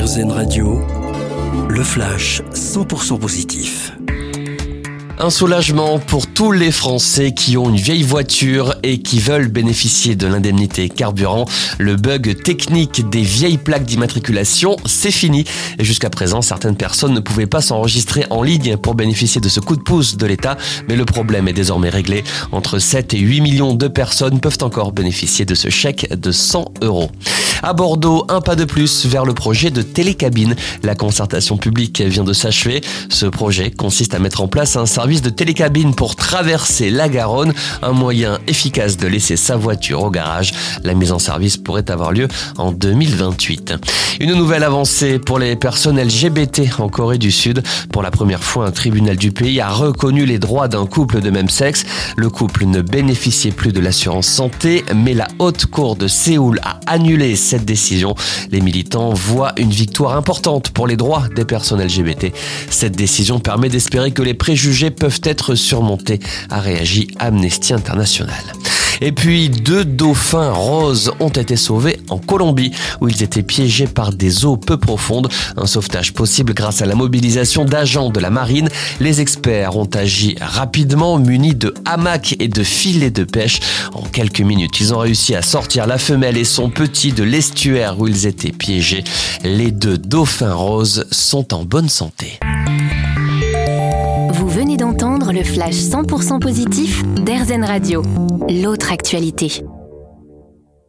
RZN Radio, le flash 100% positif. Un soulagement pour tous les Français qui ont une vieille voiture et qui veulent bénéficier de l'indemnité carburant. Le bug technique des vieilles plaques d'immatriculation, c'est fini. Et jusqu'à présent, certaines personnes ne pouvaient pas s'enregistrer en ligne pour bénéficier de ce coup de pouce de l'État. Mais le problème est désormais réglé. Entre 7 et 8 millions de personnes peuvent encore bénéficier de ce chèque de 100 €. À Bordeaux, un pas de plus vers le projet de télécabine. La concertation publique vient de s'achever. Ce projet consiste à mettre en place un service de télécabine pour traverser la Garonne, un moyen efficace de laisser sa voiture au garage. La mise en service pourrait avoir lieu en 2028. Une nouvelle avancée pour les personnes LGBT en Corée du Sud. Pour la première fois, un tribunal du pays a reconnu les droits d'un couple de même sexe. Le couple ne bénéficiait plus de l'assurance santé, mais la haute cour de Séoul a annulé cette décision. Les militants voient une victoire importante pour les droits des personnes LGBT. Cette décision permet d'espérer que les préjugés peuvent être surmontés, a réagi Amnesty International. Et puis, 2 dauphins roses ont été sauvés en Colombie, où ils étaient piégés par des eaux peu profondes. Un sauvetage possible grâce à la mobilisation d'agents de la marine. Les experts ont agi rapidement, munis de hamacs et de filets de pêche. En quelques minutes, ils ont réussi à sortir la femelle et son petit de l'estuaire où ils étaient piégés. Les 2 dauphins roses sont en bonne santé. Vous venez d'entendre le flash 100% positif d'RZN Radio. L'autre actualité.